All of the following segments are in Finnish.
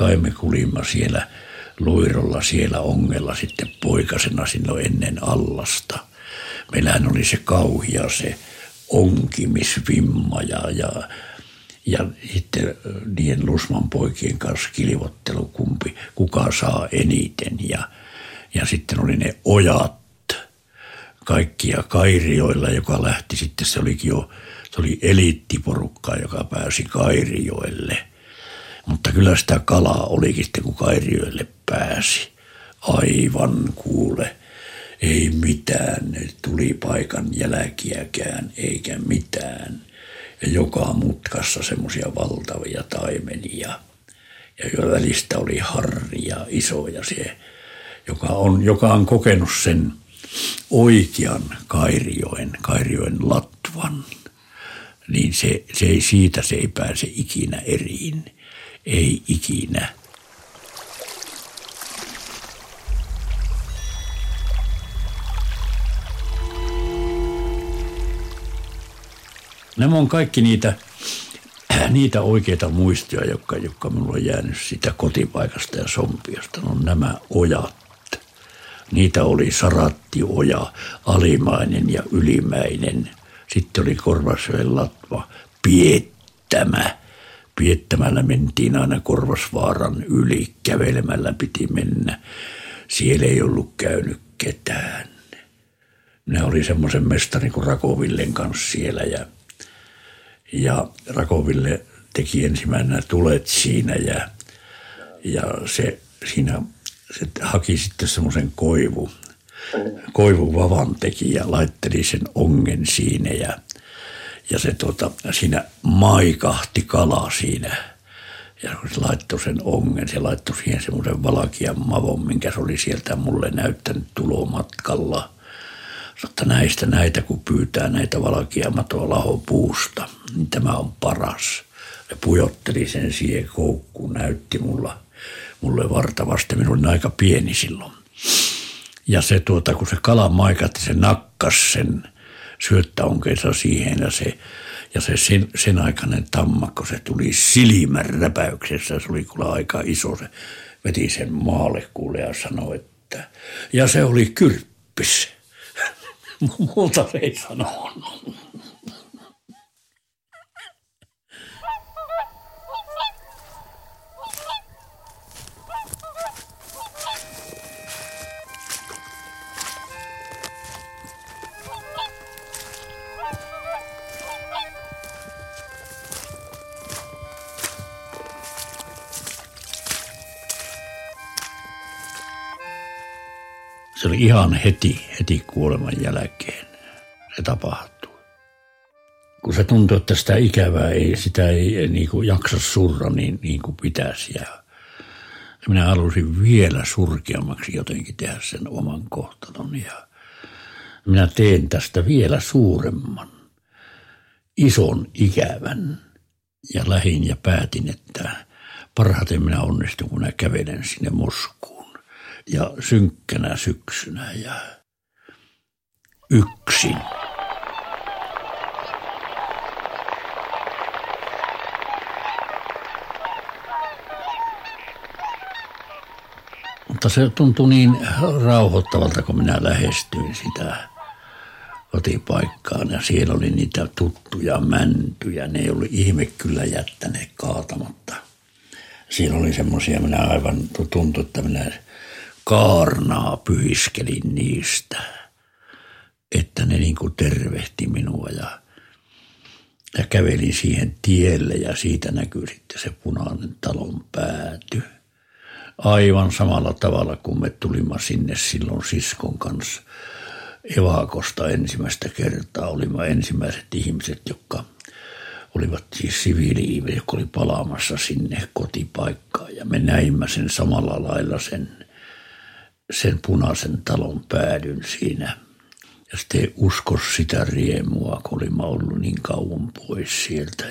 kai me kulimme siellä Loirolla siellä ongella sitten poikasena silloin ennen allasta. Meillähän oli se kauhia se onkimisvimma ja sitten niiden Lusman poikien kanssa kilvottelu, kuka saa eniten. Ja sitten oli ne ojat kaikkia Kairioilla, joka lähti sitten, se oli eliittiporukkaa, joka pääsi Kairijoelle. Mutta kyllä sitä kalaa olikin sitten, kun Kairijoelle pääsi. Aivan kuule, ei mitään, tuli paikan jälkiäkään eikä mitään. Ja joka mutkassa semmoisia valtavia taimenia. Ja jo välistä oli harria isoja se, joka on kokenut sen oikean Kairijoen latvan. Niin se ei pääse ikinä eriin. Ei ikinä. Nämä on kaikki niitä oikeita muistoja, jotka minulla on jäänyt sitä kotipaikasta ja Sompiosta. No nämä ojat. Niitä oli Sarattioja, Alimainen ja Ylimäinen. Sitten oli Korvasjoen latva, Piettämä. Piettämällä mentiin aina Korvasvaaran yli, kävelemällä piti mennä. Siellä ei ollut käynyt ketään. Minä olin semmoisen mestarin kuin Rakovillen kanssa siellä ja Rakoville teki ensimmäisenä tulet siinä ja se haki sitten semmoisen koivuvavan teki ja laitteli sen ongen siinä ja se siinä maikahti kala siinä. Ja kun se laittoi sen ongen, se laittoi siihen semmoisen valkean mavon, minkä se oli sieltä mulle näyttänyt tulomatkalla. Sanotta näitä kun pyytää näitä valkeamatoa lahopuusta, niin tämä on paras. Ja pujotteli sen siihen koukkuun, näytti mulle vartavasti. Minä olin aika pieni silloin. Ja se kun se kala maikatti, se nakkas sen syöttäonkeensa siihen ja se sen aikainen tammakko, se tuli silmän räpäyksessä. Se oli kyllä aika iso, se veti sen maalle kuule ja sanoi, että ja se oli kyrppis. Muuta se ei sanonut. Se oli ihan heti kuoleman jälkeen se tapahtui. Kun se tuntui, että sitä ikävää sitä ei niin kuin jaksa surra niin kuin pitäisi. Ja minä halusin vielä surkeammaksi jotenkin tehdä sen oman kohtalon. Ja minä teen tästä vielä suuremman, ison ikävän. Ja lähdin ja päätin, että parhaiten minä onnistun, kun minä kävelen sinne Moskuun. Ja synkkänä syksynä ja yksin. Mutta se tuntui niin rauhoittavalta, kun minä lähestyin sitä kotipaikkaan. Ja siellä oli niitä tuttuja mäntyjä. Ne ei ollut ihme kyllä jättäneet kaatamatta. Siellä oli semmoisia, minä aivan tuntui, että minä kaarnaa pyhiskelin niistä, että ne niin kuin tervehti minua ja kävelin siihen tielle ja siitä näkyi sitten se punainen talon pääty. Aivan samalla tavalla kuin me tulimme sinne silloin siskon kanssa evakosta ensimmäistä kertaa. Olimme ensimmäiset ihmiset, jotka olivat siis siviili-ihmisiä, jotka oli palaamassa sinne kotipaikkaan ja me näimme sen samalla lailla sen punaisen talon päädyn siinä. Ja sitten ei usko sitä riemua, kun olimme ollut niin kauan pois sieltä.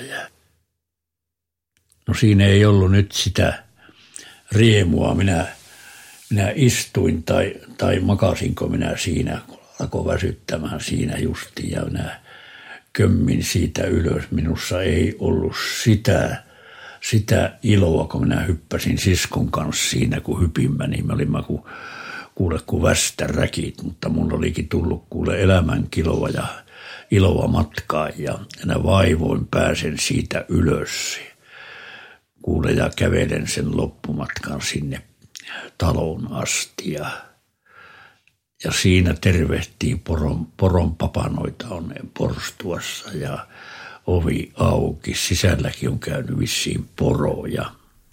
No siinä ei ollut nyt sitä riemua. Minä istuin tai makasinko minä siinä, kun alkoi väsyttämään siinä justiin ja minä kömmin siitä ylös. Minussa ei ollut sitä iloa, kun minä hyppäsin siskon kanssa siinä, kun hypimme, niin me olimme kuin västäräkit, mutta mun olikin tullut elämän kiloa ja iloa matkaa ja minä vaivoin pääsen siitä ylös. Ja kävelen sen loppumatkan sinne talon asti ja siinä tervehtii poron papanoita on porstuassa ja ovi auki. Sisälläkin on käynyt vissiin poro ja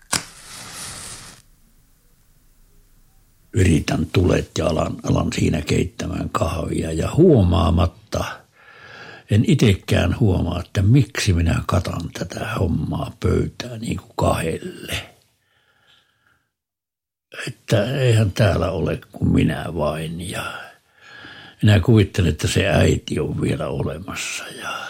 yritän tulet ja alan siinä keittämään kahvia ja huomaamatta, en itsekään huomaa, että miksi minä katan tätä hommaa pöytää niin kuin kahdelle. Että eihän täällä ole kuin minä vain ja minä kuvittelen, että se äiti on vielä olemassa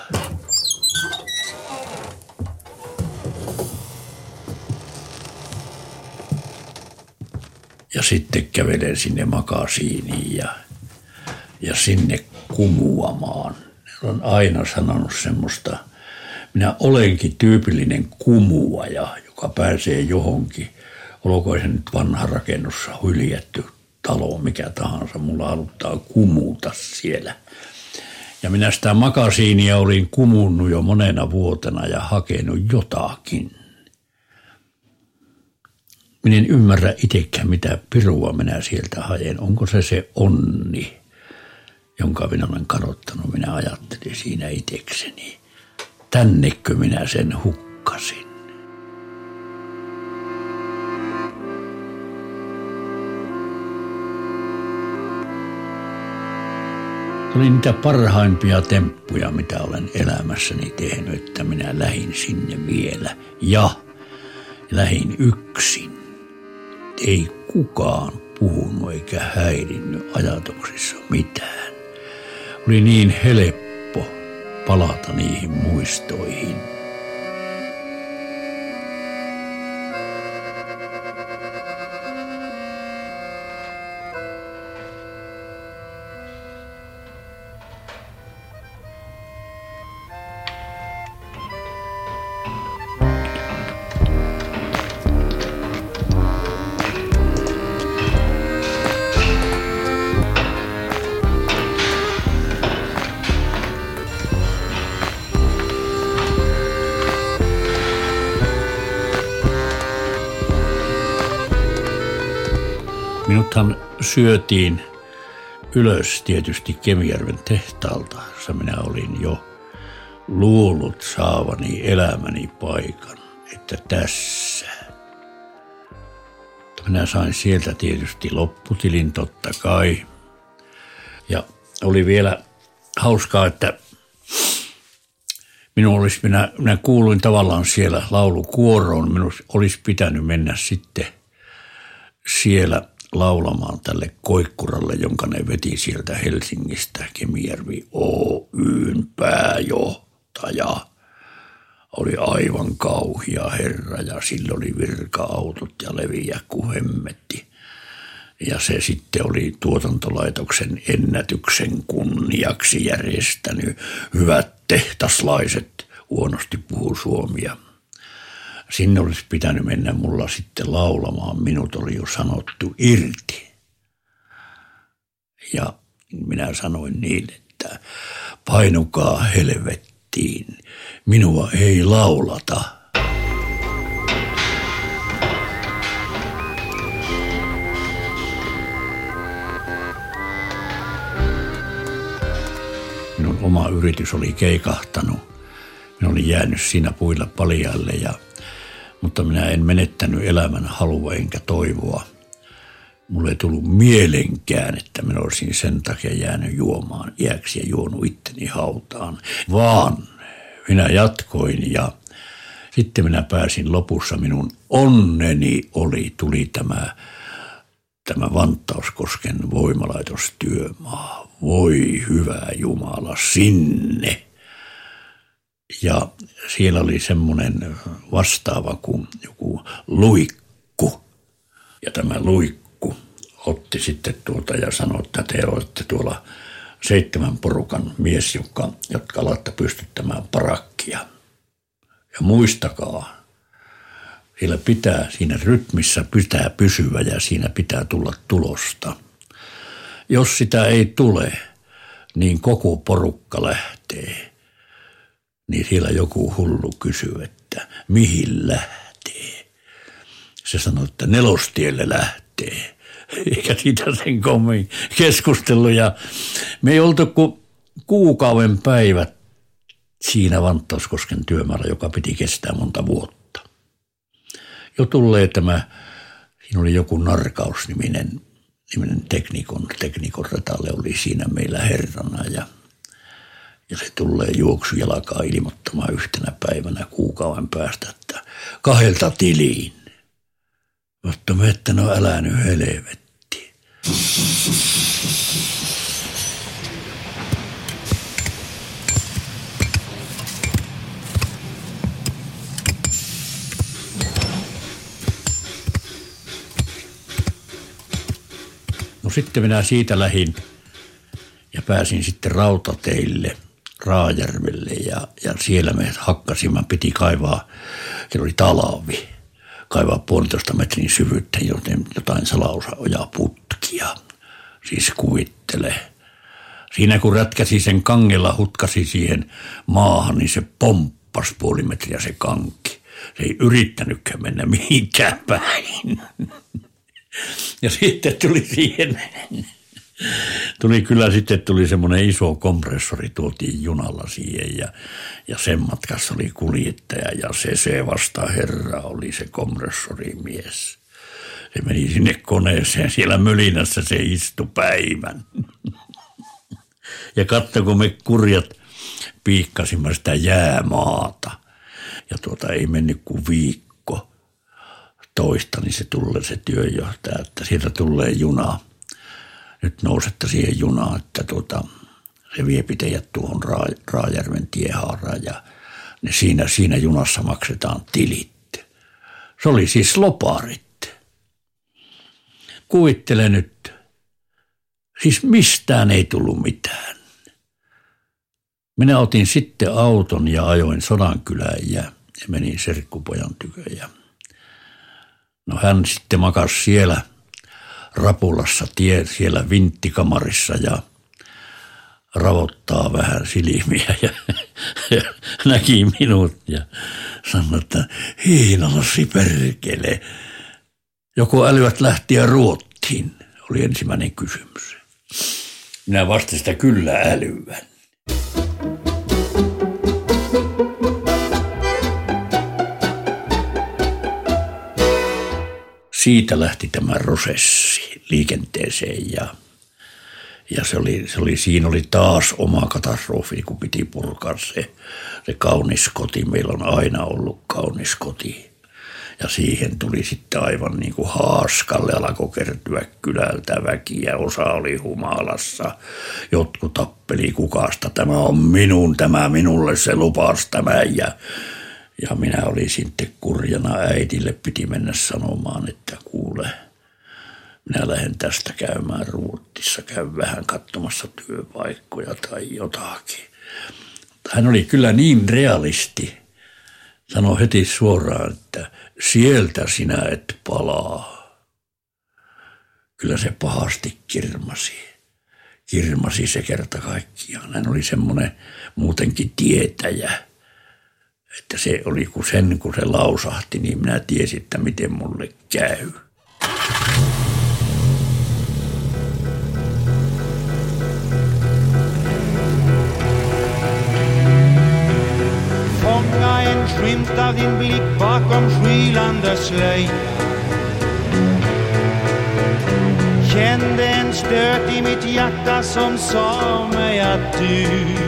ja sitten kävelen sinne makasiiniin ja sinne kumuamaan. Olen aina sanonut semmoista, minä olenkin tyypillinen kumuaja, joka pääsee johonkin, olkoon se nyt vanha rakennus, hyljätty talo, mikä tahansa, mulla haluttaa kumuta siellä. Ja minä sitä makasiinia olin kumunnut jo monena vuotena ja hakenut jotakin. Minä en ymmärrä itsekään, mitä pirua minä sieltä haen. Onko se onni, jonka minä olen kadottanut? Minä ajattelin siinä itsekseni. Tännekö minä sen hukkasin? Oli niitä parhaimpia temppuja, mitä olen elämässäni tehnyt, että minä lähdin sinne vielä ja lähdin yksin. Ei kukaan puhunut eikä häirinnyt ajatuksissa mitään. Oli niin helppo palata niihin muistoihin. Minuthan syötiin ylös tietysti Kemijärven tehtaalta, jossa minä olin jo luullut saavani elämäni paikan, että tässä. Minä sain sieltä tietysti lopputilin totta kai. Ja oli vielä hauskaa, että minä kuuluin tavallaan siellä laulukuoroon. Minun olisi pitänyt mennä sitten siellä laulamaan tälle Koikkuralle, jonka ne veti sieltä Helsingistä, Kemijärvi Oyn pääjohtaja. Oli aivan kauhia herra ja sillä oli virka-autot ja leviä kuin hemmetti. Ja se sitten oli tuotantolaitoksen ennätyksen kunniaksi järjestänyt hyvät tehtaslaiset, huonosti puhuu suomia. Sinne olisi pitänyt mennä mulla sitten laulamaan. Minut oli jo sanottu irti. Ja minä sanoin niin, että painukaa helvettiin. Minua ei laulata. Minun oma yritys oli keikahtanut. Minä olin jäänyt siinä puilla paljaille mutta minä en menettänyt elämän halua enkä toivoa. Mulle ei tullut mielenkään, että minä olisin sen takia jäänyt juomaan iäksi ja juonut itteni hautaan. Vaan minä jatkoin ja sitten minä pääsin lopussa, minun onneni tuli tämä Vantauskosken voimalaitostyömaa. Voi hyvä Jumala, sinne. Ja siellä oli semmoinen vastaava kuin joku luikku. Ja tämä luikku otti sitten ja sanoi, että te olette tuolla 7 porukan mies, jotka alatte pystyttämään parakkia. Ja muistakaa, Siinä rytmissä pitää pysyä ja siinä pitää tulla tulosta. Jos sitä ei tule, niin koko porukka lähtee. Niin siellä joku hullu kysyy, että mihin lähtee. Se sanoo, että Nelostielle lähtee. Eikä siitä sen kommin keskustellut. Ja me ei oltu kuin kuukauden päivät siinä Vantauskosken työmaalla, joka piti kestää monta vuotta. Jo tulee siinä oli joku Narkaus-niminen teknikon ratalle oli siinä meillä herrana ja se tulee juoksujalkaa ilmoittamaan yhtenä päivänä kuukauden päästä, että 2 tiliin. Mutta me, että no älä nyt helvetti. No sitten minä siitä lähdin ja pääsin sitten rautateille Raajärvelle ja siellä me hakkasimme, piti kaivaa, siellä oli talvi, kaivaa 1,5 metrin syvyyttä jotain salaosaojaputkia, siis kuvittele. Siinä kun rätkäsi sen kangella, hutkasi siihen maahan, niin se pomppasi 0,5 metriä se kanki. Se ei yrittänytkään mennä mihinkään päin. Ja sitten tuli siihen, tuli semmoinen iso kompressori, tuotiin junalla siihen ja sen matkassa oli kuljettaja ja se vasta herra oli se kompressorimies. Se meni sinne koneeseen, siellä mölinässä se istui päivän. Ja katso, kun me kurjat piikkasimme sitä jäämaata ja ei mennyt kuin viikko toista, niin se tulee se työjohtaja, että sieltä tulee juna. Nyt nousette siihen junaan, että se vie teidät tuohon Raajärven tiehaaraan ja siinä junassa maksetaan tilit. Se oli siis loparit. Kuvittele nyt, siis mistään ei tullut mitään. Minä otin sitten auton ja ajoin Sodankylään ja menin serkkupojan tykö. No hän sitten makasi siellä rapulassa siellä vinttikamarissa ja ravottaa vähän silmiä ja näki minut ja sanoi, että Hiinalassi perkele. Joko älyvät lähteä Ruottiin, oli ensimmäinen kysymys. Minä vastasin sitä kyllä älyvän. Siitä lähti tämä prosessi liikenteeseen ja siinä oli taas oma katastrofi, kun piti purkaa se kaunis koti. Meillä on aina ollut kaunis koti. Ja siihen tuli sitten aivan niin kuin haaskalle, alkoi kertyä kylältä väkiä. Osa oli humalassa, jotkut tappeli kukasta. Tämä on minulle se lupas tämä ja minä olin sitten kurjana äidille, piti mennä sanomaan, että kuule, minä lähden tästä käymään Ruotsissa, käyn vähän katsomassa työpaikkoja tai jotakin. Hän oli kyllä niin realisti, sanoi heti suoraan, että sieltä sinä et palaa. Kyllä se pahasti kirmasi se kerta kaikkiaan. Hän oli semmoinen muutenkin tietäjä. Että se oli kun se lausahti, niin minä tiesin, että miten mulle käy. Fånga en skymt av din blick bakom skylande slöj. Kände en stöt i mitt hjärta som sa mig att du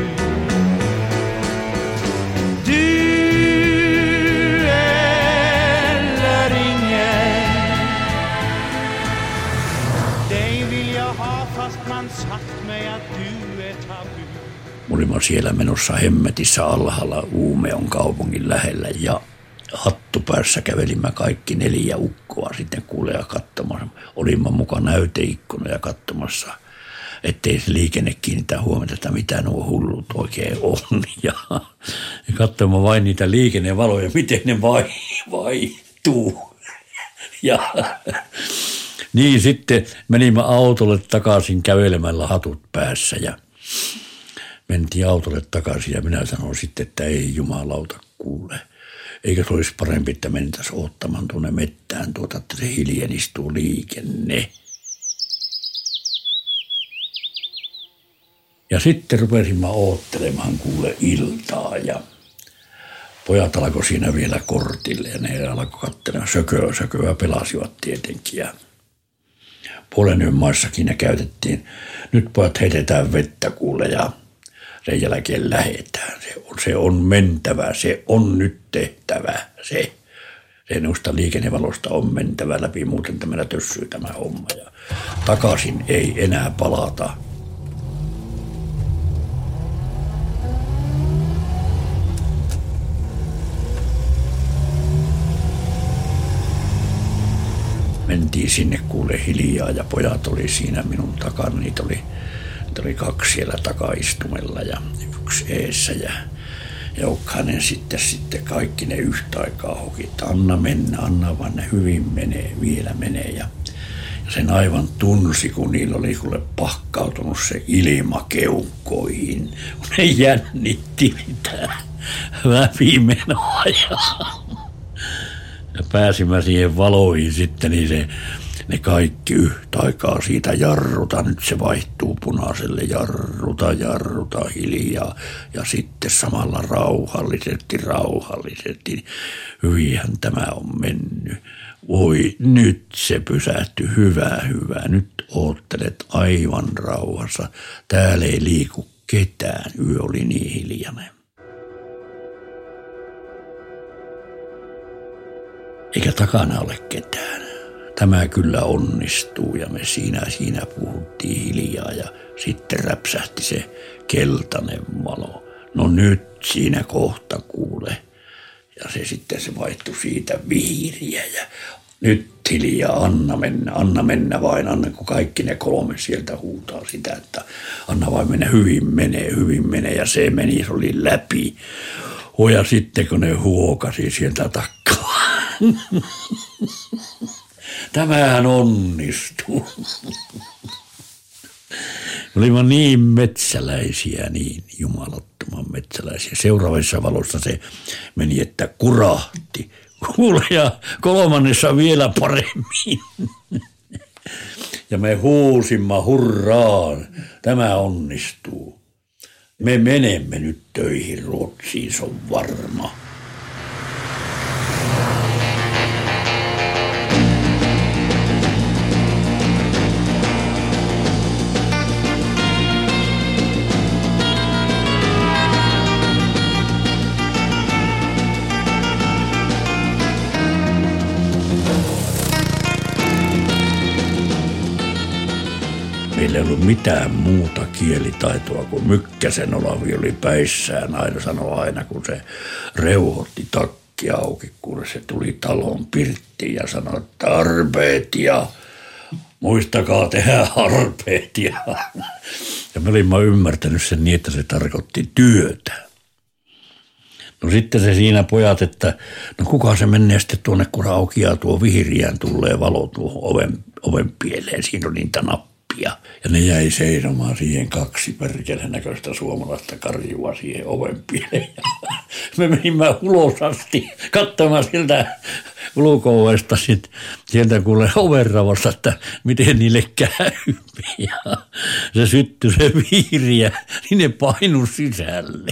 Olimme siellä menossa hemmetissä alhaalla Uumeon kaupungin lähellä ja hattupäässä kävelimme kaikki 4 ukkoa sitten kuulee katsomassa. Olimme mukaan näyteikkunoja katsomassa, ettei se liikenne kiinnitä huomiota, että mitä nuo hullut oikein on. Ja katsomme vain niitä liikennevaloja, miten ne vai. vaihtuu. Ja niin sitten menimme autolle takaisin kävelemällä hatut päässä ja mentiin autolle takaisin ja minä sanoin sitten, että ei jumalauta kuule. Eikö se olisi parempi, että mentäisiin ottamaan tuonne mettään että se hiljenistuu liikenne. Ja sitten rupesimme oottelemaan kuule iltaa ja pojat alkoi siinä vielä kortille ja ne alkoi katsella sököä pelasivat tietenkin ja puolen yön maissakin ne käytettiin. Nyt pojat heitetään vettä kuule ja sen jälkeen lähetään. Se on mentävä, se on nyt tehtävä, se noista liikennevalosta on mentävä läpi, muuten tämmöinen tössyy tämä homma ja takaisin ei enää palata. Mentiin sinne kuule hiljaa ja pojat oli siinä minun takana. Niitä oli 2 siellä takaistumella ja 1 eessä ja Joukkainen sitten kaikki ne yhtä aikaa hoki, että anna mennä, anna vaan ne hyvin menee, vielä menee. Ja sen aivan tunsi, kun niillä oli kuule pakkautunut se ilma keuhkoihin. Ne jännitti mitään läpimenoa ja pääsimme siihen valoihin sitten, niin ne kaikki yhtä aikaa siitä jarruta. Nyt se vaihtuu punaiselle, jarruta hiljaa ja sitten samalla rauhallisesti. Hyvinhän tämä on mennyt. Voi, nyt se pysähtyi, hyvä. Nyt oottelet aivan rauhassa. Täällä ei liiku ketään. Yö oli niin hiljainen. Eikä takana ole ketään. Tämä kyllä onnistuu ja me siinä puhuttiin hiljaa ja sitten räpsähti se keltainen valo. No nyt siinä kohta kuule. Ja se vaihtui siitä vihriä ja nyt hiljaa, anna mennä vain, anna kun kaikki ne 3 sieltä huutaa sitä, että anna vain mennä, hyvin menee ja se meni, se oli läpi. Ja sitten kun ne huokasi sieltä takkaa. Tämähän onnistuu. Olimme niin metsäläisiä, niin jumalattoman metsäläisiä. Seuraavassa valossa se meni, että kurahti. Kuule, ja 3. vielä paremmin. Ja me huusimme hurraan. Tämä onnistuu. Me menemme nyt töihin Ruotsiin, se on varma. Meillä ei ollut mitään muuta kielitaitoa kuin Mykkäsen Olavi oli päissään. Aina sanoi aina, kun se reuhotti takki auki, kun se tuli talon pirttiin ja sanoi, että arpeetia, muistakaa tehdä arpeetia. Ja me olimme ymmärtänyt sen niin, että se tarkoitti työtä. No sitten se siinä pojat, että no kuka se menee sitten tuonne, kun aukeaa tuo vihriään, tulee valo tuohon oven pieleen. Siinä on niitä nappeja. Ja ne jäi seisomaan siihen 2 perkeleen näköistä suomalaista karjua siihen oven pieleen. Me menimme ulos asti katsomaan sieltä ulko-ovesta sieltä kuule ovenravasta, että miten niille käy. Ja se syttyi se vihriä, niin ne painu sisälle.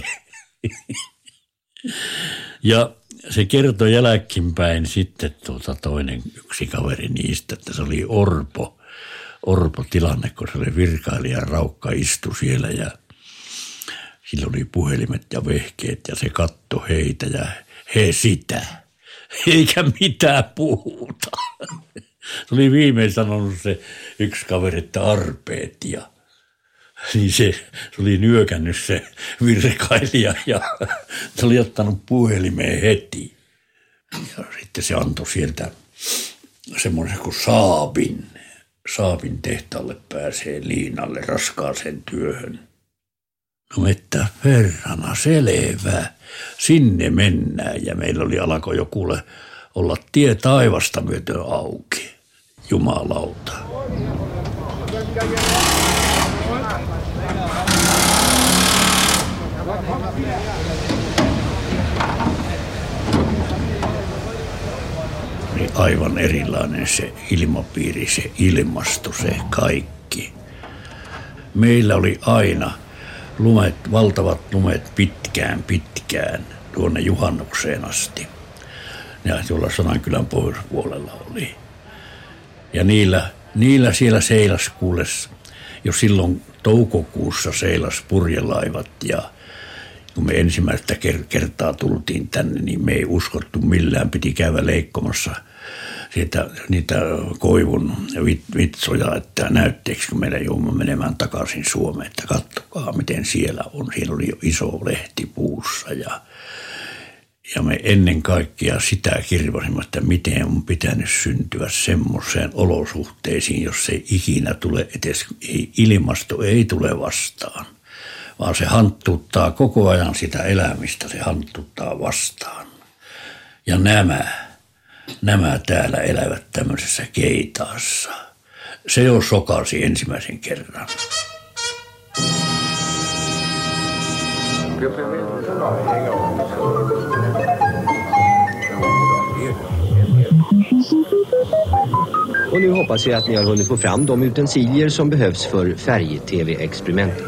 Ja se kertoi jälkeenpäin sitten toinen yksi kaveri niistä, että se oli Orpo tilanne, kun se oli virkailija, Raukka istui siellä ja sillä oli puhelimet ja vehkeet ja se katsoi heitä ja he sitä, eikä mitään puhuta. Se oli viimein sanonut se yksi kaveri, että arpeetia. Niin se oli nyökännyt se virkailija ja se oli ottanut puhelimeen heti. Ja sitten se antoi sieltä semmoisen kuin Saabin tehtaalle pääsee liinalle raskaaseen työhön. No että perhana selvä, sinne mennään ja meillä alkoi jo kuule olla tie taivasta myöten auki. Jumalauta. Oli aivan erilainen se ilmapiiri, se ilmasto, se kaikki. Meillä oli aina valtavat lumet pitkään tuonne juhannukseen asti. Ja tuolla Sodankylän pohjoispuolella oli. Ja niillä siellä seilas kuules, jo silloin toukokuussa seilas purjelaivat ja kun me ensimmäistä kertaa tultiin tänne, niin me ei uskottu millään. Piti käydä leikkomassa niitä koivun vitsoja, että näytteekö meidän joudumme menemään takaisin Suomeen, että katsokaa miten siellä on. Siinä oli jo iso lehti puussa ja me ennen kaikkea sitä kirvasimme, että miten on pitänyt syntyä semmoiseen olosuhteisiin, jos ei ikinä tule edes, ilmasto ei tule vastaan. Vaan se hanttuuttaa koko ajan sitä elämistä, se hanttuuttaa vastaan. Ja nämä täällä elävät tämmöisessä keitaassa. Se jo sokasi ensimmäisen kerran. Och nu hoppas jag att ni har hunnit få fram de utensilier som behövs för färg-tv-experimentet.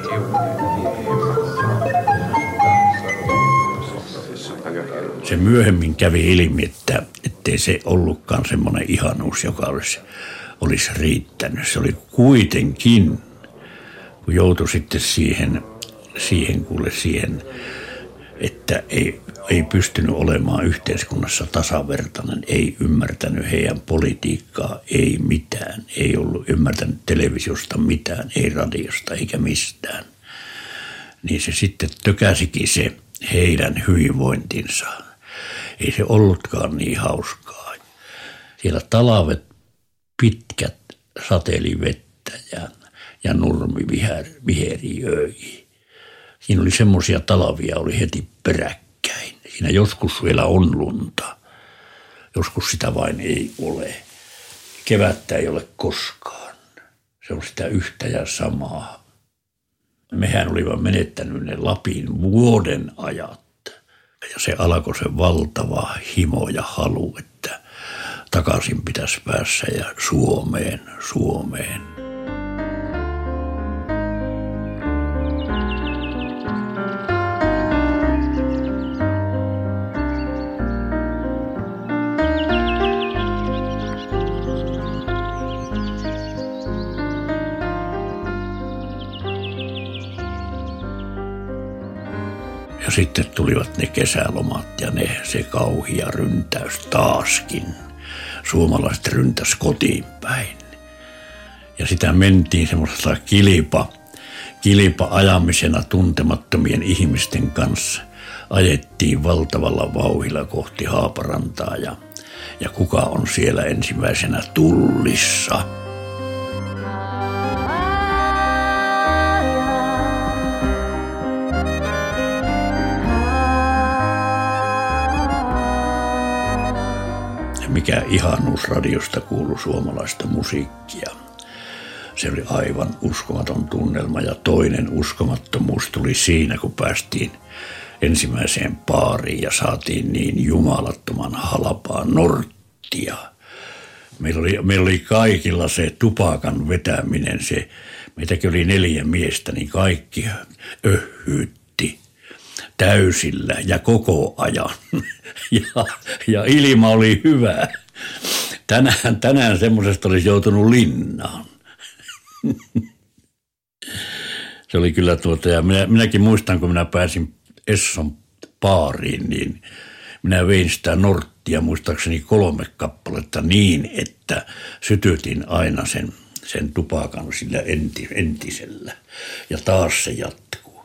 Se myöhemmin kävi ilmi, ettei se ollutkaan semmoinen ihanuus, joka olisi riittänyt. Se oli kuitenkin, kun joutui sitten siihen, että ei pystynyt olemaan yhteiskunnassa tasavertainen, ei ymmärtänyt heidän politiikkaa, ei mitään, ei ollut ymmärtänyt televisiosta mitään, ei radiosta eikä mistään. Niin se sitten tökäsikin se heidän hyvinvointinsa. Ei se ollutkaan niin hauskaa. Siellä talvet pitkät sateeli vettä ja nurmi viheriöi. Siinä oli semmoisia talvia, oli heti peräkkäin. Siinä joskus vielä on lunta, joskus sitä vain ei ole. Kevättä ei ole koskaan. Se on sitä yhtä ja samaa. Mehän olimme menettänyt ne Lapin vuoden ajat. Ja se alkoi se valtava himo ja halu, että takaisin pitäisi päässä ja Suomeen. Ja sitten tulivat ne kesälomat ja se kauhia ryntäys taaskin. Suomalaiset ryntäs kotiin päin. Ja sitä mentiin semmoisella kilpa ajamisena tuntemattomien ihmisten kanssa. Ajettiin valtavalla vauhdilla kohti Haaparantaa ja kuka on siellä ensimmäisenä tullissa. Mikä ihanuus radiosta kuului suomalaista musiikkia. Se oli aivan uskomaton tunnelma ja toinen uskomattomuus tuli siinä, kun päästiin ensimmäiseen baariin ja saatiin niin jumalattoman halpaa norttia. Meillä oli kaikilla se tupakan vetäminen, meitäkin oli 4 miestä, niin kaikki öhyytti täysillä ja koko ajan. Ja ilma oli hyvä. Tänään semmoisesta olisi joutunut linnaan. Se oli kyllä ja minäkin muistan, kun minä pääsin Esson baariin, niin minä vein sitä norttia muistaakseni 3 kappaletta niin, että sytytin aina sen tupakan sillä entisellä. Ja taas se jatkuu.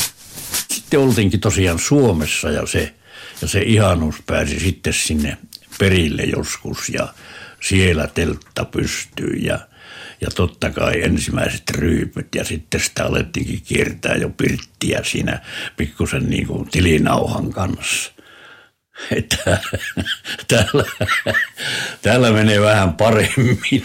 Sitten oltiinkin tosiaan Suomessa ja se ihanuus pääsi sitten sinne perille joskus ja siellä teltta pystyy ja totta kai ensimmäiset ryypyt ja sitten sitä alettiinkin kiertää jo pirttiä siinä pikkusen niin kuin tilinauhan kanssa. Että täällä menee vähän paremmin.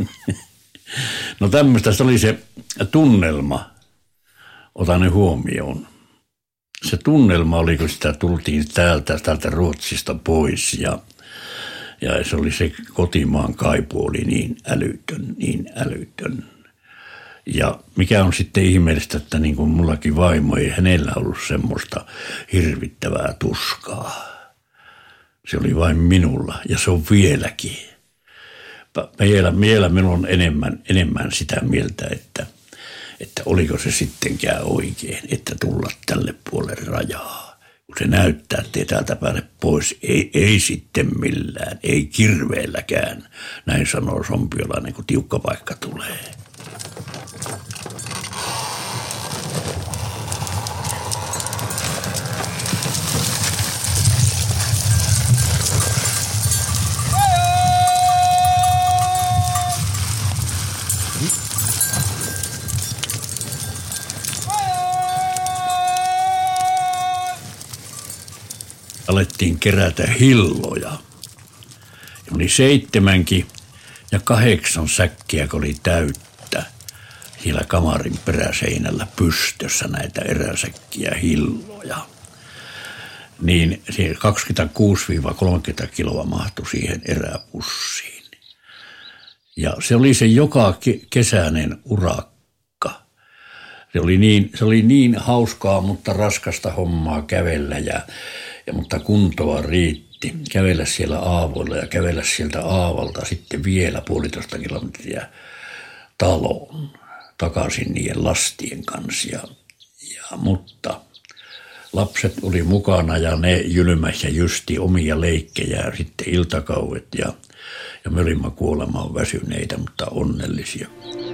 No tämmöistä se oli se tunnelma. Otan ne huomioon. Se tunnelma oli, kun sitä tultiin täältä Ruotsista pois ja se oli se kotimaan kaipu oli niin älytön. Ja mikä on sitten ihmeellistä, että niin kuin mullakin vaimo ei hänellä ollut semmoista hirvittävää tuskaa. Se oli vain minulla ja se on vieläkin. Vielä minun on enemmän sitä mieltä, että oliko se sittenkään oikein, että tulla tälle puolelle rajaa. Kun se näyttää, että ei täältä päälle pois, ei sitten millään, ei kirveelläkään. Näin sanoo sompiolainen, kun tiukka paikka tulee. Alettiin kerätä hilloja. Ja oli 7 ja 8 säkkiä, kun oli täyttä siellä kamarin peräseinällä pystössä näitä eräsäkkiä hilloja. Niin 26-30 kiloa mahtui siihen eräpussiin. Ja se oli se joka kesäinen urakka. Se oli niin hauskaa, mutta raskasta hommaa kävellä mutta kuntoa riitti. Kävellä siellä aavoilla ja kävellä sieltä aavalta sitten vielä 1,5 kilometriä taloon takaisin niiden lastien kanssa. Mutta lapset oli mukana ja ne Jylmäs ja Jysti omia leikkejä sitten iltakauet ja me olimme kuolemaan väsyneitä, mutta onnellisia.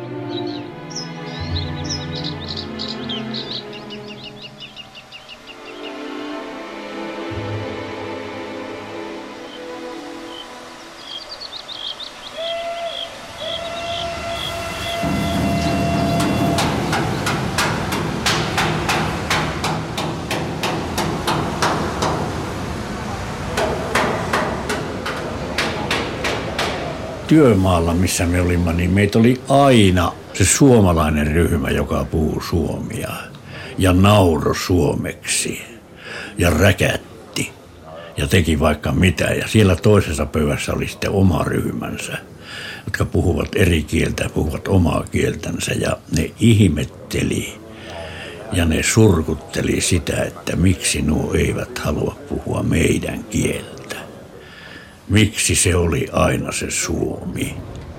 Työmaalla, missä me olimme, niin meitä oli aina se suomalainen ryhmä, joka puhuu suomia ja nauro suomeksi ja räkätti ja teki vaikka mitä. Ja siellä toisessa pöydässä oli sitten oma ryhmänsä, jotka puhuvat eri kieltä, puhuvat omaa kieltänsä ja ne ihmetteli ja ne surkutteli sitä, että miksi nuo eivät halua puhua meidän kieltä. Miksi se oli aina se suomi?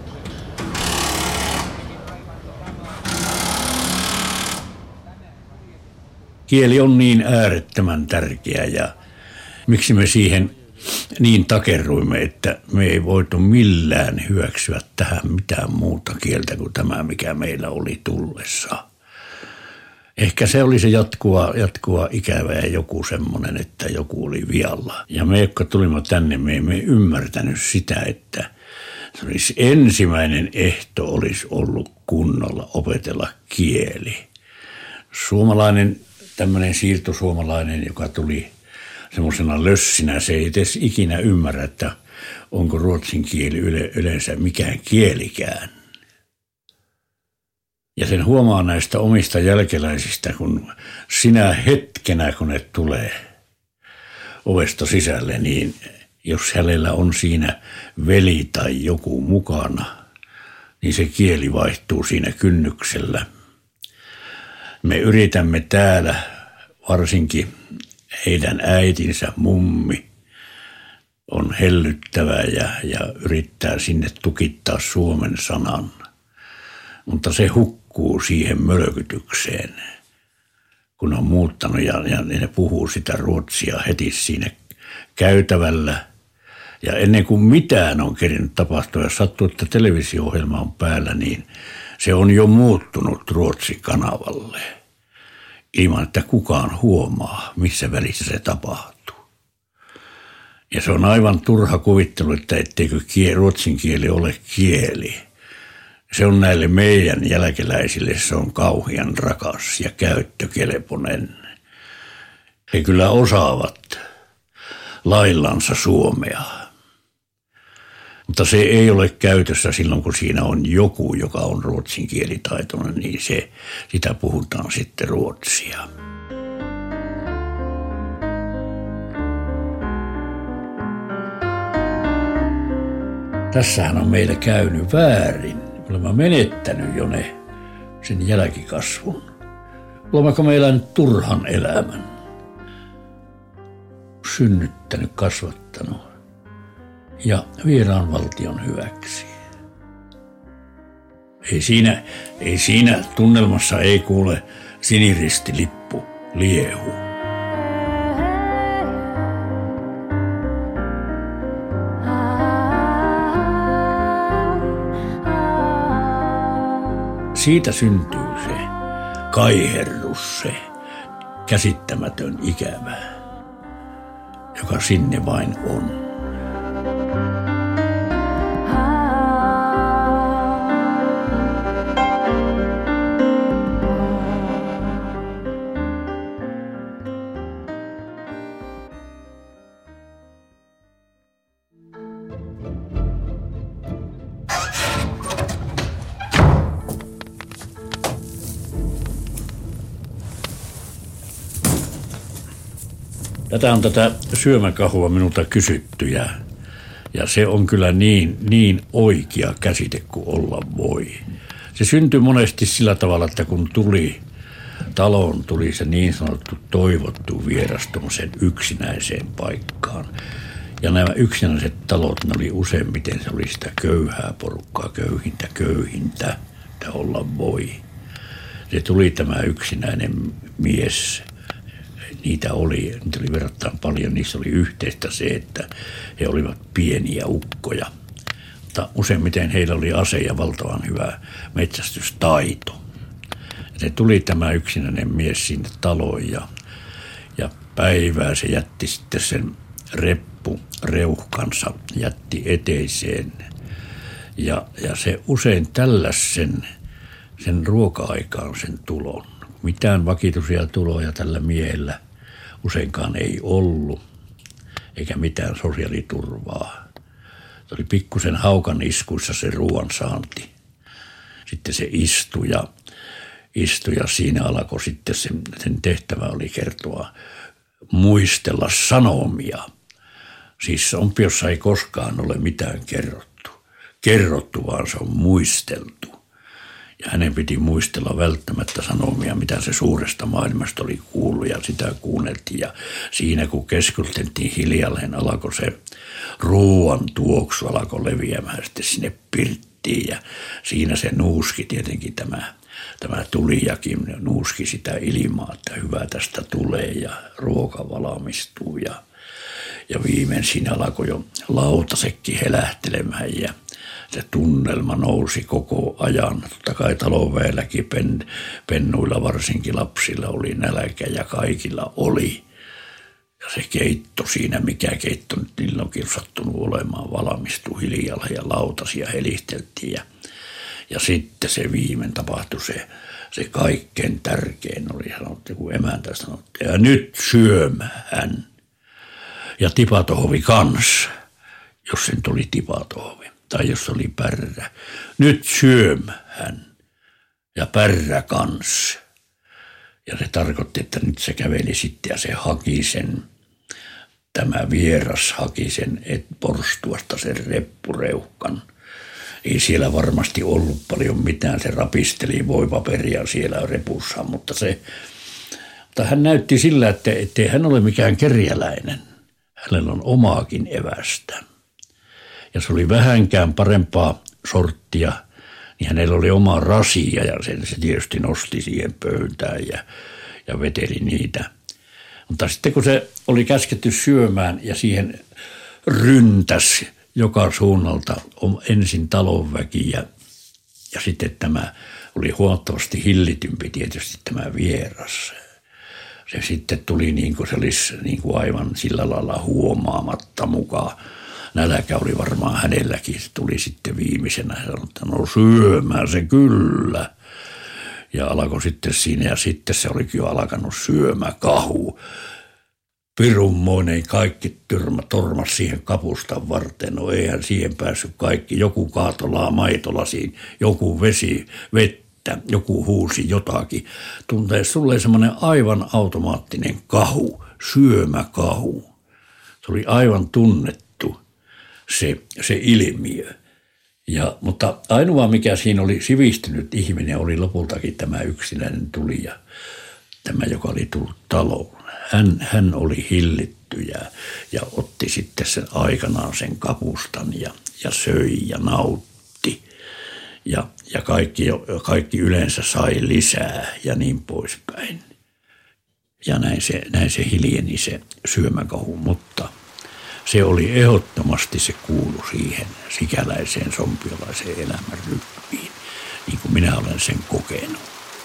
Kieli on niin äärettömän tärkeä ja miksi me siihen niin takerruimme, että me ei voitu millään hyväksyä tähän mitään muuta kieltä kuin tämä, mikä meillä oli tullessa. Ehkä se oli se jatkuva ikävä ja joku semmoinen, että joku oli vialla. Ja me, jotka tulimme tänne, me emme ymmärtänyt sitä, että se olisi ensimmäinen ehto olisi ollut kunnolla opetella kieli. Suomalainen, tämmöinen siirtosuomalainen, joka tuli semmoisena lössinä, se ei edes ikinä ymmärrä, että onko ruotsin kieli yleensä mikään kielikään. Ja sen huomaa näistä omista jälkeläisistä, kun sinä hetkenä, kun ne tulee ovesta sisälle, niin jos hänellä on siinä veli tai joku mukana, niin se kieli vaihtuu siinä kynnyksellä. Me yritämme täällä, varsinkin heidän äitinsä mummi on hellyttävä ja yrittää sinne tukittaa suomen sanan. Mutta se hukkuu siihen mölkytykseen, kun on muuttanut ja ne puhuu sitä ruotsia heti siinä käytävällä. Ja ennen kuin mitään on kerinyt tapahtua, ja sattuu, että televisio-ohjelma on päällä, niin se on jo muuttunut Ruotsi-kanavalle, ilman että kukaan huomaa, missä välissä se tapahtuu. Ja se on aivan turha kuvittelu, että etteikö ruotsin kieli ole kieli. Se on näille meidän jälkeläisille, se on kauhean rakas ja käyttökelpoinen. He kyllä osaavat laillansa suomea. Mutta se ei ole käytössä silloin, kun siinä on joku, joka on ruotsin kielitaitoinen, niin sitä puhutaan sitten ruotsia. Tässähän on meillä käynyt väärin. Me olemme menettänyt jo sen jälkikasvun. Olemmeko me elänyt turhan elämän? Synnyttänyt, kasvattanut ja vieraan valtion hyväksi. Ei siinä tunnelmassa ei kuule siniristilippu liehu. Siitä syntyy se kaiherrus, se käsittämätön ikävä, joka sinne vain on. Tätä on tätä syömäkahua minulta kysytty ja se on kyllä niin oikea käsite kuin olla voi. Se syntyi monesti sillä tavalla, että kun taloon tuli se niin sanottu toivottu vieras tuommoiseen yksinäiseen paikkaan. Ja nämä yksinäiset talot, ne oli useimmiten, se oli sitä köyhää porukkaa, köyhintä, että olla voi. Se tuli tämä yksinäinen mies. Niitä oli verrattain paljon. Niissä oli yhteistä se, että he olivat pieniä ukkoja. Mutta useimmiten heillä oli ase ja valtavan hyvä metsästystaito. Se tuli tämä yksinäinen mies sinne taloon ja päivää se jätti sitten sen reuhkansa, jätti eteiseen. Ja se usein tälläsi sen ruoka-aikaan sen tulon. Mitään vakituisia tuloja tällä miehellä useinkaan ei ollut, eikä mitään sosiaaliturvaa. Se oli pikkusen haukan iskuissa se ruoan saanti. Sitten se istui ja siinä alkoi sitten sen tehtävä oli muistella sanomia. Siis ompiossa ei koskaan ole mitään kerrottu, vaan se on muisteltu. Ja hänen piti muistella välttämättä sanomia, mitä se suuresta maailmasta oli kuullut ja sitä kuunneltiin. Ja siinä kun keskusteltiin hiljalleen, alkoi se ruoan tuoksu, alkoi leviämään sitten sinne pirttiin. Ja siinä se nuuski tietenkin tämä tulijakin, nuuski sitä ilmaa, että hyvä tästä tulee ja ruoka valmistuu. Ja viimein siinä alkoi jo lautasekki helähtelemään ja se tunnelma nousi koko ajan. Totta kai talonväelläkin pennuilla, varsinkin lapsilla oli nälkä ja kaikilla oli. Ja se keitto siinä, mikä keitto nyt niillä onkin sattunut olemaan, valmistui hiljalla ja lautasia helisteltiin. Ja sitten se viimein tapahtui se kaikkein tärkein oli sanottu, kun emäntä sanottiin, ja nyt syömään. Ja tipatohvi kans, jos sen tuli tipatohvi. Tai jos oli pärrä. Nyt syömään. Ja pärrä kans. Ja se tarkoitti, että nyt se käveli sitten ja se haki tämä vieras haki sen porstuasta sen reppureuhkan. Ei siellä varmasti ollut paljon mitään. Se rapisteli voipaperia siellä repussa, mutta hän näytti sillä, että ettei hän ole mikään kerjäläinen. Hänellä on omaakin evästä. Ja se oli vähänkään parempaa sorttia, niin hänellä oli oma rasia ja se tietysti nosti siihen pöytään ja veteli niitä. Mutta sitten kun se oli käsketty syömään ja siihen ryntäsi joka suunnalta ensin talonväki ja sitten tämä oli huomattavasti hillitympi tietysti tämä vieras. se sitten tuli niin kuin se olisi niin kuin aivan sillä lailla huomaamatta mukaan. Nälkä oli varmaan hänelläkin. Se tuli sitten viimeisenä ja sanoi, että no syömään se kyllä. Ja alkoi sitten siinä ja sitten se olikin jo alkanut syömäkahu. Pirunmoinen kaikki tormas siihen kapustan varten. No eihän siihen päässyt kaikki. Joku kaatolaa maitolasiin, joku vettä, joku huusi jotakin. Tuntee sulle semmoinen aivan automaattinen kahu, syömäkahu. Se oli aivan tunnettu se ilmiö. Mutta ainoa mikä siinä oli sivistynyt ihminen oli lopultakin tämä yksinäinen tulija. Tämä, joka oli tullut taloon. Hän oli hillitty ja otti sitten sen aikanaan sen kapustan ja söi ja nautti. Ja kaikki yleensä sai lisää ja niin poispäin. Ja näin se hiljeni se syömäkahu, mutta se oli ehdottomasti se kuulu siihen sikäläiseen sompiolaiseen elämän rytmiin, niin kuin minä olen sen kokenut.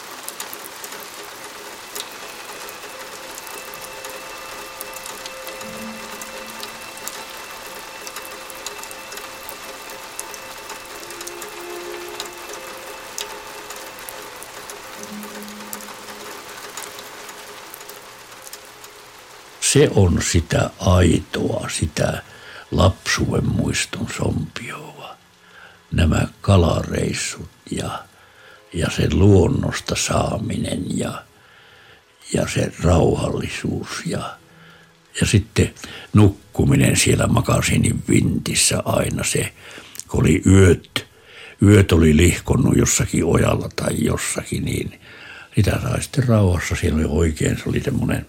Se on sitä aitoa, sitä lapsuuden muiston sompioa. Nämä kalareissut ja se luonnosta saaminen ja se rauhallisuus ja sitten nukkuminen siellä makasiinin vintissä aina se, kun oli yöt oli lihkonnut jossakin ojalla tai jossakin, niin sitä sai sitten rauhassa. Siellä oli oikein, se oli semmoinen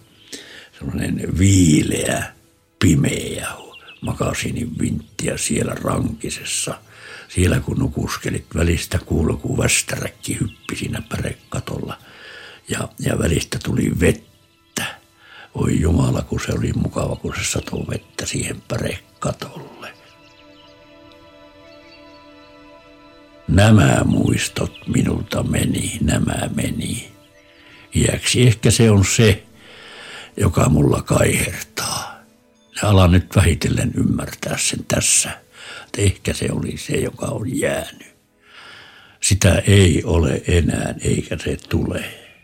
viileä, pimeä makasiinin vinttiä siellä rankisessa. Siellä kun nukuskelit, välistä kuului, kun västäräkki hyppi siinä pärekatolla ja välistä tuli vettä. Oi Jumala, kun se oli mukava, kun se satoi vettä siihen pärekatolle. Nämä muistot minulta meni. Iäksi ehkä se on se, joka mulla kaihertaa. Ja alan nyt vähitellen ymmärtää sen tässä, että ehkä se oli se, joka on jäänyt. Sitä ei ole enää, eikä se tule.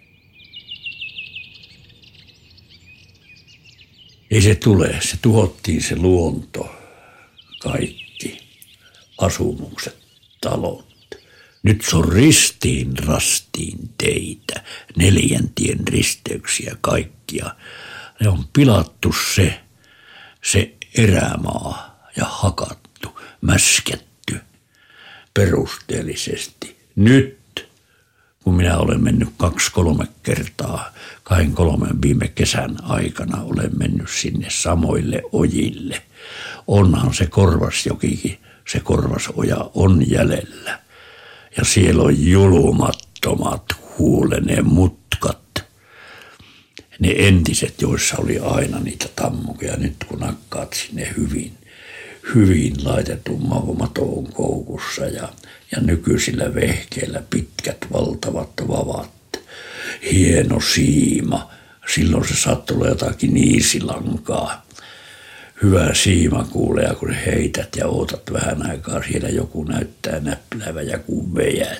Ei se tule, se tuhottiin se luonto, kaikki asumukset, talot. Nyt se on ristiin rastiin teitä, 4 tien risteyksiä kaikkia. Ne on pilattu se erämaa ja hakattu, mäskätty perusteellisesti. Nyt, kun minä olen mennyt 2-3 kertaa, 2-3 viime kesän aikana olen mennyt sinne samoille ojille. Onhan se Korvasjokikin, se Korvasoja on jäljellä. Ja siellä on julmattomat huuleneen mutkat. Ne entiset, joissa oli aina niitä tammukia. Nyt kun nakkaat sinne hyvin laitetun matoon koukussa ja nykyisillä vehkeillä pitkät valtavat vavat. Hieno siima. Silloin se saattoi olla jotakin niisilankaa. Hyvä siima kuulee, kun heität ja ootat vähän aikaa. Siellä joku näyttää näppiläävä ja kun vejät.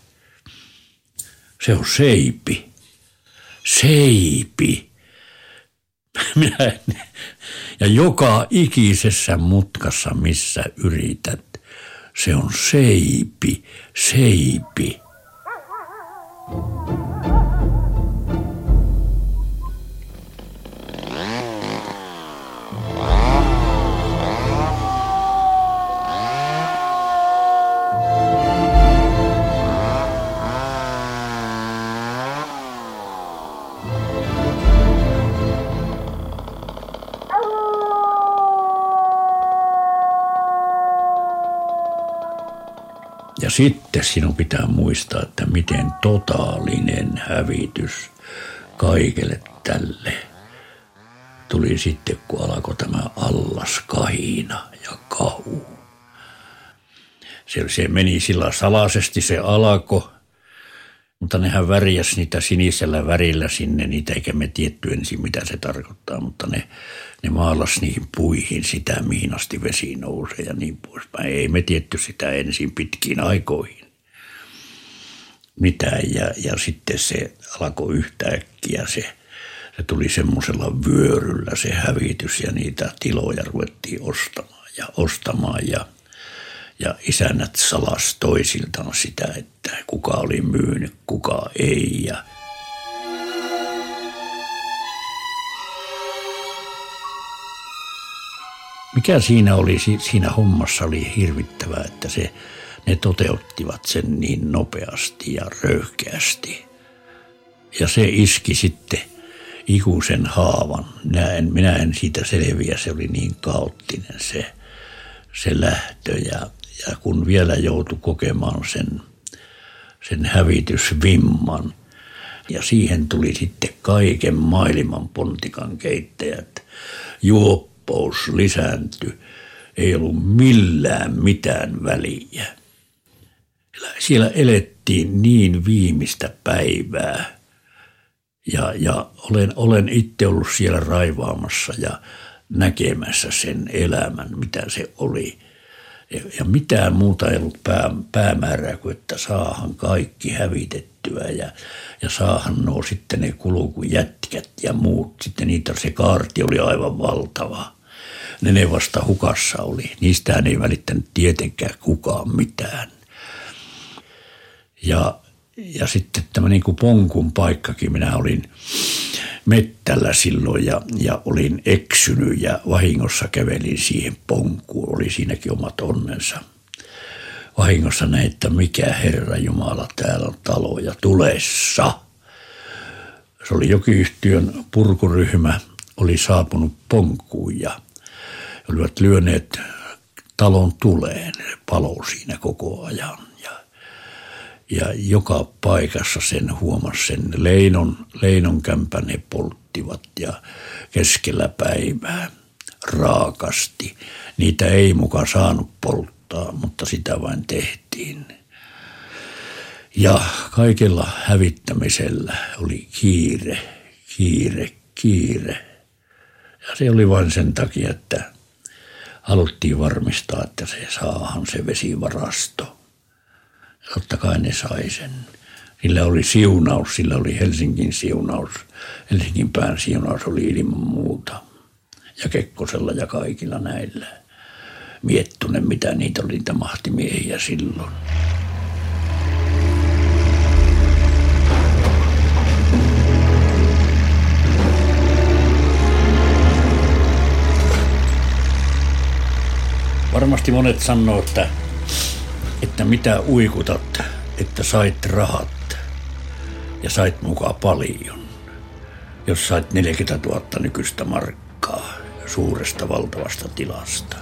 Se on seipi. Seipi. Ja joka ikisessä mutkassa, missä yrität, se on seipi. Ja sitten sinun pitää muistaa, että miten totaalinen hävitys kaikelle tälle tuli sitten, kun alkoi tämä allaskahina ja kahu. Se meni sillä salaisesti, se alkoi Mutta nehän värjäs niitä sinisellä värillä sinne, niitä eikä me tietty ensin mitä se tarkoittaa, mutta ne maalasi niihin puihin sitä, mihin asti vesi nousee ja niin poispäin. Ei me tietty sitä ensin pitkiin aikoihin mitään ja sitten se alkoi yhtäkkiä se tuli semmoisella vyöryllä se hävitys ja niitä tiloja ruvettiin ostamaan ja isännät salas toisiltaan sitä, että kuka oli myynyt, kuka ei. Ja mikä siinä hommassa oli hirvittävää, että ne toteuttivat sen niin nopeasti ja röyhkeästi. Ja se iski sitten ikuisen haavan. Minä en siitä selviä, se oli niin kaoottinen se lähtö ja kun vielä joutui kokemaan sen hävitysvimman ja siihen tuli sitten kaiken maailman pontikan keittäjät. Juoppous lisääntyi, ei ollut millään mitään väliä. Siellä elettiin niin viimeistä päivää ja olen itse ollut siellä raivaamassa ja näkemässä sen elämän, mitä se oli. Ja mitään muuta ei ollut päämäärää kuin, että saahan kaikki hävitettyä ja saahan sitten ne kulkujätkät ja muut. Sitten se kaarti oli aivan valtava. Ne vasta hukassa oli. Niistähän ei välittänyt tietenkään kukaan mitään. Ja sitten tämä niin kuin Ponkun paikkakin, minä olin mettällä silloin ja olin eksynyt ja vahingossa kävelin siihen Ponkuun. Oli siinäkin omat onnensa. Vahingossa näin, että mikä Herra Jumala täällä on taloja tulessa. Se oli Jokiyhtiön purkuryhmä, oli saapunut Ponkuun ja olivat lyöneet talon tuleen. Se paloi siinä koko ajan. Ja joka paikassa sen huomasi sen Leinon kämpän he polttivat ja keskellä päivää raakasti. Niitä ei muka saanut polttaa, mutta sitä vain tehtiin. Ja kaikella hävittämisellä oli kiire. Ja se oli vain sen takia, että haluttiin varmistaa, että se saahan se vesivarasto. Totta kai ne sai sen. Sillä oli siunaus, sillä oli Helsingin siunaus. Helsingin pään siunaus oli ilman muuta. Ja Kekkosella ja kaikilla näillä. Miettunen, mitä niitä oli niitä mahtimiehiä silloin. Varmasti monet sanoo, että mitä uikutat, että sait rahat ja sait mukaan paljon, jos sait 40 000 nykyistä markkaa suuresta valtavasta tilasta.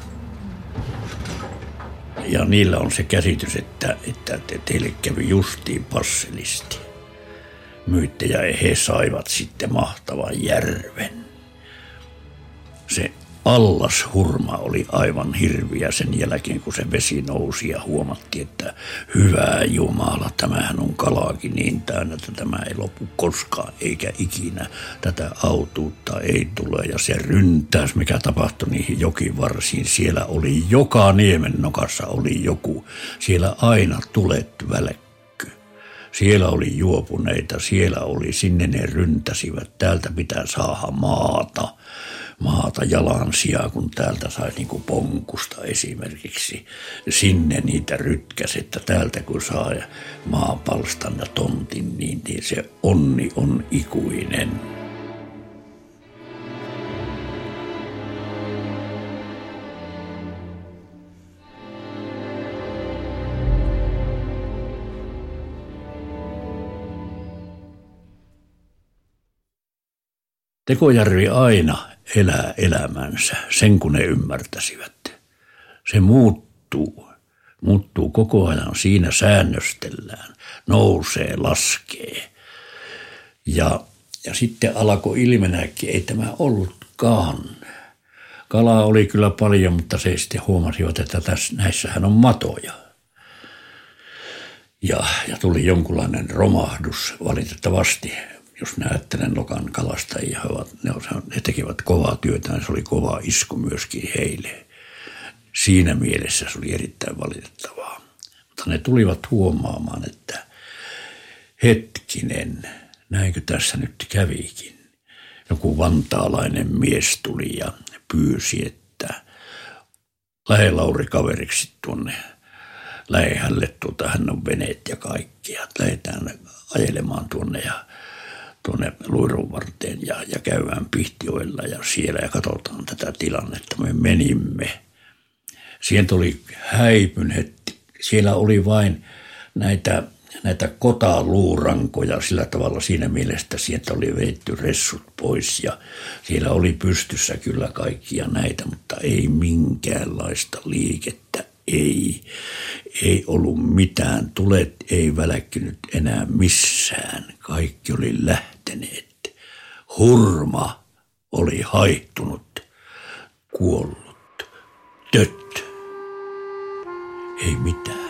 Ja niillä on se käsitys, että teille kävi justiin passelisti. Myitte ja he saivat sitten mahtavan järven. Se allashurma oli aivan hirviä sen jälkeen, kun se vesi nousi ja huomattiin, että hyvä Jumala, tämähän on kalaakin niin täynnä, että tämä ei lopu koskaan eikä ikinä. Tätä autuutta ei tule ja se ryntäys, mikä tapahtui niihin jokivarsiin. Siellä oli joka niemennokassa oli joku, siellä aina tulet välkky. Siellä oli juopuneita, siellä oli, sinne ne ryntäsivät, täältä pitää saada maata jalansijaa, kun täältä sai niin kuin Ponkusta esimerkiksi. Sinne niitä rytkäsi, että täältä kun saa maapalstan ja tontin, niin se onni on ikuinen. Tekojärvi aina elää elämänsä, sen kun ne ymmärtäisivät. Se muuttuu koko ajan, siinä säännöstellään, nousee, laskee. Ja sitten alkoi ilmenääkin, ei tämä ollutkaan. Kalaa oli kyllä paljon, mutta se sitten huomasivat, että näissähän on matoja. Ja tuli jonkunlainen romahdus valitettavasti. Jos mä ajattelen Lokan kalastajia, he tekivät kovaa työtä, niin se oli kova isku myöskin heille. Siinä mielessä se oli erittäin valitettavaa. Mutta ne tulivat huomaamaan, että hetkinen, näinkö tässä nyt kävikin. Joku vantaalainen mies tuli ja pyysi, että lähde Lauri kaveriksi tuonne. Lähde hänelle, hän on veneet ja kaikki. Ja lähdetään ajelemaan tuonne Luiron varteen ja käydään Pihtioilla ja siellä ja katsotaan tätä tilannetta. Me menimme. Sieltä oli häipynyt. Siellä oli vain näitä kotaluurankoja sillä tavalla siinä mielessä, että sieltä oli veitty ressut pois ja siellä oli pystyssä kyllä kaikkia näitä, mutta ei minkäänlaista liikettä, ei ollut mitään, tulet ei välkkynyt enää missään, kaikki oli lähteneet. Hurma oli haihtunut, kuollut, tött, ei mitään.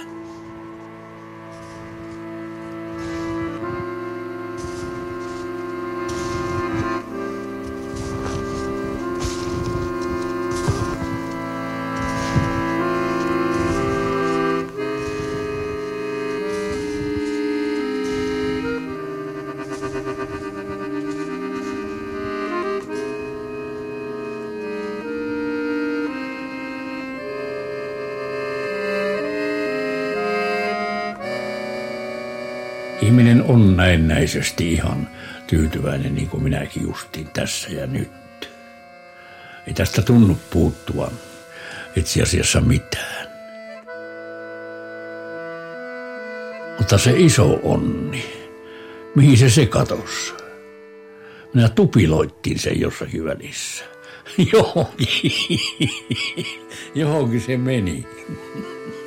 Ihminen on näennäisesti ihan tyytyväinen, niin kuin minäkin justiin tässä ja nyt. Ei tästä tunnu puuttuvan itse asiassa mitään. Mutta se iso onni, mihin se katosi? Minä tupiloittiin sen jossakin välissä. Johonkin se meni.